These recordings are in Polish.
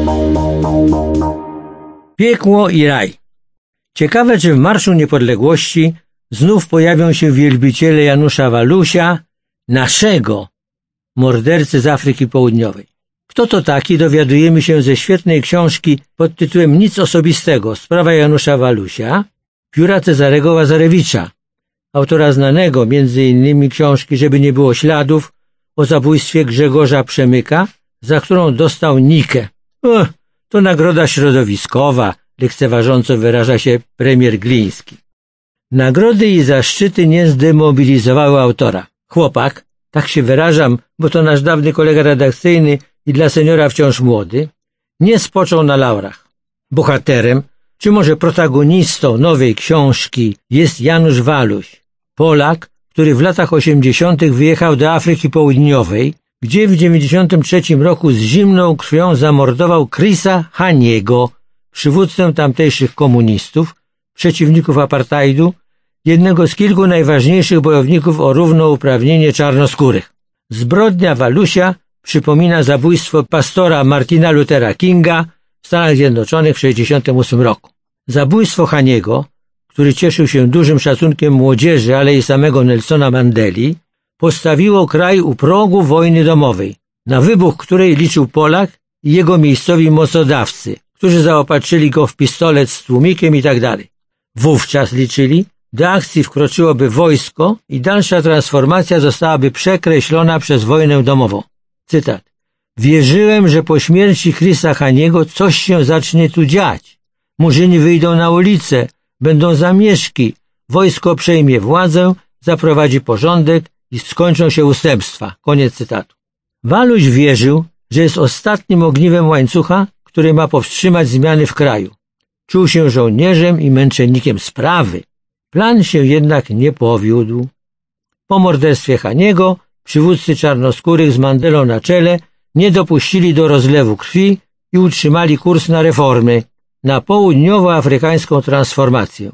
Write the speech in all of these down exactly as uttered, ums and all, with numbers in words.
Piekło i raj. Ciekawe, czy w Marszu Niepodległości znów pojawią się wielbiciele Janusza Walusia, naszego mordercy z Afryki Południowej. Kto to taki, dowiadujemy się ze świetnej książki pod tytułem Nic osobistego. Sprawa Janusza Walusia, pióra Cezarego Łazarewicza, autora znanego między innymi książki Żeby nie było śladów o zabójstwie Grzegorza Przemyka, za którą dostał Nikę. O, to nagroda środowiskowa, lekceważąco wyraża się premier Gliński. Nagrody i zaszczyty nie zdemobilizowały autora. Chłopak, tak się wyrażam, bo to nasz dawny kolega redakcyjny i dla seniora wciąż młody, nie spoczął na laurach. Bohaterem, czy może protagonistą nowej książki jest Janusz Waluś, Polak, który w latach osiemdziesiątych wyjechał do Afryki Południowej, gdzie w dziewięćdziesiątym trzecim roku z zimną krwią zamordował Chrisa Haniego, przywódcę tamtejszych komunistów, przeciwników apartheidu, jednego z kilku najważniejszych bojowników o równouprawnienie czarnoskórych. Zbrodnia Walusia przypomina zabójstwo pastora Martina Luthera Kinga w Stanach Zjednoczonych w sześćdziesiątym ósmym roku. Zabójstwo Haniego, który cieszył się dużym szacunkiem młodzieży, ale i samego Nelsona Mandeli, postawiło kraj u progu wojny domowej, na wybuch której liczył Polak i jego miejscowi mocodawcy, którzy zaopatrzyli go w pistolet z tłumikiem i tak dalej. Wówczas liczyli, do akcji wkroczyłoby wojsko i dalsza transformacja zostałaby przekreślona przez wojnę domową. Cytat. Wierzyłem, że po śmierci Chrisa Haniego coś się zacznie tu dziać. Murzyni wyjdą na ulicę, będą zamieszki, wojsko przejmie władzę, zaprowadzi porządek i skończą się ustępstwa. Koniec cytatu. Waluś wierzył, że jest ostatnim ogniwem łańcucha, który ma powstrzymać zmiany w kraju. Czuł się żołnierzem i męczennikiem sprawy. Plan się jednak nie powiódł. Po morderstwie Haniego przywódcy czarnoskórych z Mandelą na czele nie dopuścili do rozlewu krwi i utrzymali kurs na reformy, na południowoafrykańską transformację.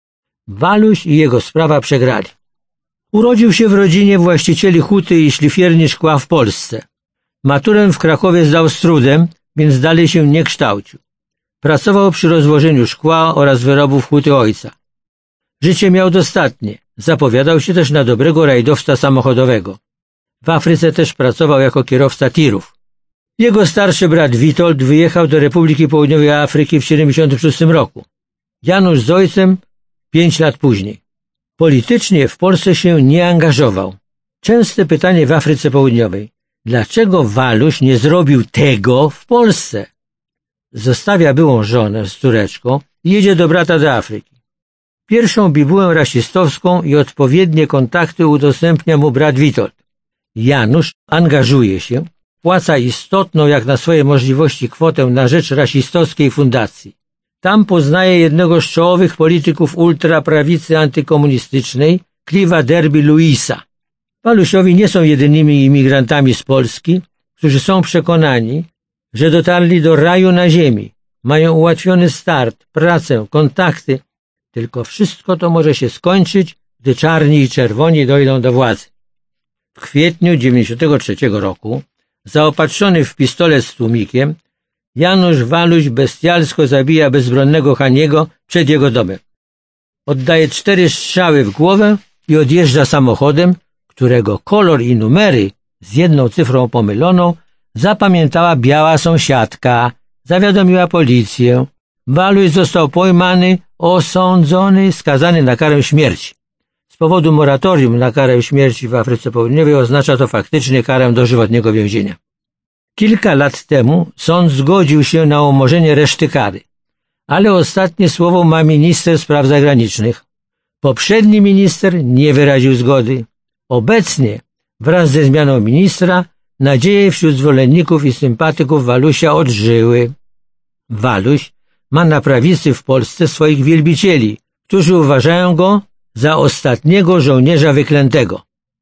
Waluś i jego sprawa przegrali. Urodził się w rodzinie właścicieli huty i szlifierni szkła w Polsce. Maturę w Krakowie zdał z trudem, więc dalej się nie kształcił. Pracował przy rozwożeniu szkła oraz wyrobów huty ojca. Życie miał dostatnie. Zapowiadał się też na dobrego rajdowca samochodowego. W Afryce też pracował jako kierowca tirów. Jego starszy brat Witold wyjechał do Republiki Południowej Afryki w siedemdziesiątym szóstym roku. Janusz z ojcem pięć lat później. Politycznie w Polsce się nie angażował. Częste pytanie w Afryce Południowej. Dlaczego Waluś nie zrobił tego w Polsce? Zostawia byłą żonę z córeczką i jedzie do brata do Afryki. Pierwszą bibułę rasistowską i odpowiednie kontakty udostępnia mu brat Witold. Janusz angażuje się, płaca istotną jak na swoje możliwości kwotę na rzecz rasistowskiej fundacji. Tam poznaje jednego z czołowych polityków ultraprawicy antykomunistycznej, Clive'a Derby Lewisa. Walusiowi nie są jedynymi imigrantami z Polski, którzy są przekonani, że dotarli do raju na ziemi, mają ułatwiony start, pracę, kontakty, tylko wszystko to może się skończyć, gdy czarni i czerwoni dojdą do władzy. W kwietniu dziewięćdziesiątego trzeciego roku, zaopatrzony w pistolet z tłumikiem, Janusz Waluś bestialsko zabija bezbronnego Haniego przed jego domem. Oddaje cztery strzały w głowę i odjeżdża samochodem, którego kolor i numery z jedną cyfrą pomyloną zapamiętała biała sąsiadka, zawiadomiła policję. Waluś został pojmany, osądzony, skazany na karę śmierci. Z powodu moratorium na karę śmierci w Afryce Południowej oznacza to faktycznie karę dożywotniego więzienia. Kilka lat temu sąd zgodził się na umorzenie reszty kary, ale ostatnie słowo ma minister spraw zagranicznych. Poprzedni minister nie wyraził zgody. Obecnie, wraz ze zmianą ministra, nadzieje wśród zwolenników i sympatyków Walusia odżyły. Waluś ma na prawicy w Polsce swoich wielbicieli, którzy uważają go za ostatniego żołnierza wyklętego.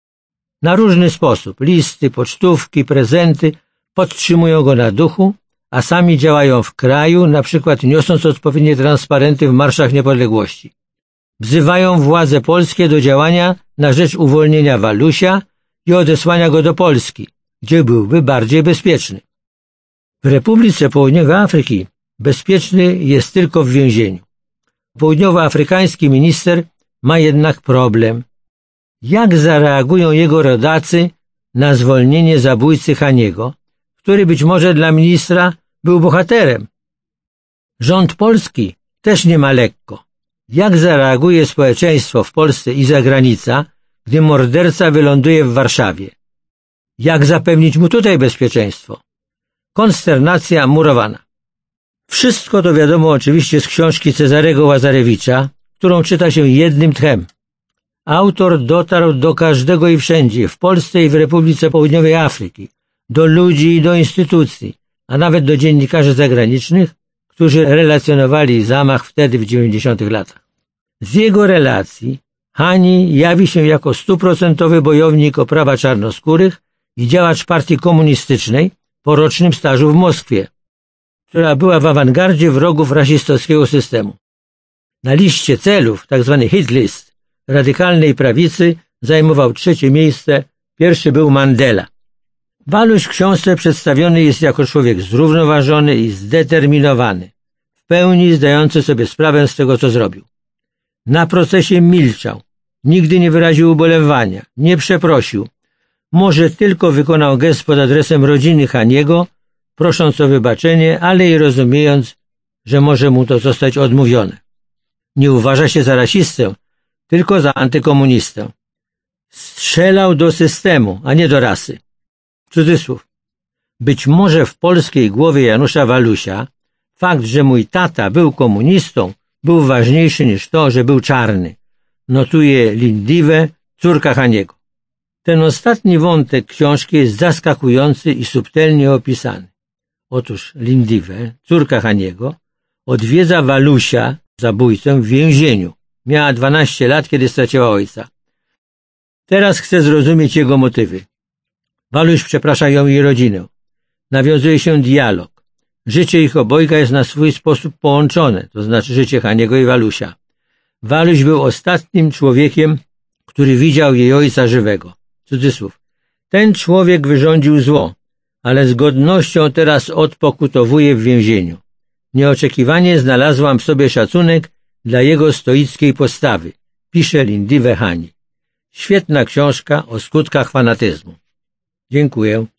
Na różny sposób, listy, pocztówki, prezenty podtrzymują go na duchu, a sami działają w kraju, na przykład niosąc odpowiednie transparenty w marszach niepodległości. Wzywają władze polskie do działania na rzecz uwolnienia Walusia i odesłania go do Polski, gdzie byłby bardziej bezpieczny. W Republice Południowej Afryki bezpieczny jest tylko w więzieniu. Południowoafrykański minister ma jednak problem. Jak zareagują jego rodacy na zwolnienie zabójcy Haniego, który być może dla ministra był bohaterem? Rząd polski też nie ma lekko. Jak zareaguje społeczeństwo w Polsce i zagranica, gdy morderca wyląduje w Warszawie? Jak zapewnić mu tutaj bezpieczeństwo? Konsternacja murowana. Wszystko to wiadomo oczywiście z książki Cezarego Łazarewicza, którą czyta się jednym tchem. Autor dotarł do każdego i wszędzie, w Polsce i w Republice Południowej Afryki, do ludzi i do instytucji, a nawet do dziennikarzy zagranicznych, którzy relacjonowali zamach wtedy w dziewięćdziesiątych latach. Z jego relacji Hani jawi się jako stuprocentowy bojownik o prawa czarnoskórych i działacz partii komunistycznej po rocznym stażu w Moskwie, która była w awangardzie wrogów rasistowskiego systemu. Na liście celów, tzw. hit list, radykalnej prawicy zajmował trzecie miejsce, pierwszy był Mandela. Waluś w książce przedstawiony jest jako człowiek zrównoważony i zdeterminowany, w pełni zdający sobie sprawę z tego, co zrobił. Na procesie milczał, nigdy nie wyraził ubolewania, nie przeprosił, może tylko wykonał gest pod adresem rodziny Haniego, prosząc o wybaczenie, ale i rozumiejąc, że może mu to zostać odmówione. Nie uważa się za rasistę, tylko za antykomunistę. Strzelał do systemu, a nie do rasy. Cudzysłów. Być może w polskiej głowie Janusza Walusia fakt, że mój tata był komunistą, był ważniejszy niż to, że był czarny. Notuje Lindiwe, córka Haniego. Ten ostatni wątek książki jest zaskakujący i subtelnie opisany. Otóż Lindiwe, córka Haniego, odwiedza Walusia, zabójcę, w więzieniu. Miała dwanaście lat, kiedy straciła ojca. Teraz chce zrozumieć jego motywy. Waluś przeprasza ją i rodzinę. Nawiązuje się dialog. Życie ich obojga jest na swój sposób połączone, to znaczy życie Haniego i Walusia. Waluś był ostatnim człowiekiem, który widział jej ojca żywego. Cudzysłów. Ten człowiek wyrządził zło, ale z godnością teraz odpokutowuje w więzieniu. Nieoczekiwanie znalazłam w sobie szacunek dla jego stoickiej postawy, pisze Lindiwe Hani. Świetna książka o skutkach fanatyzmu. Dziękuję.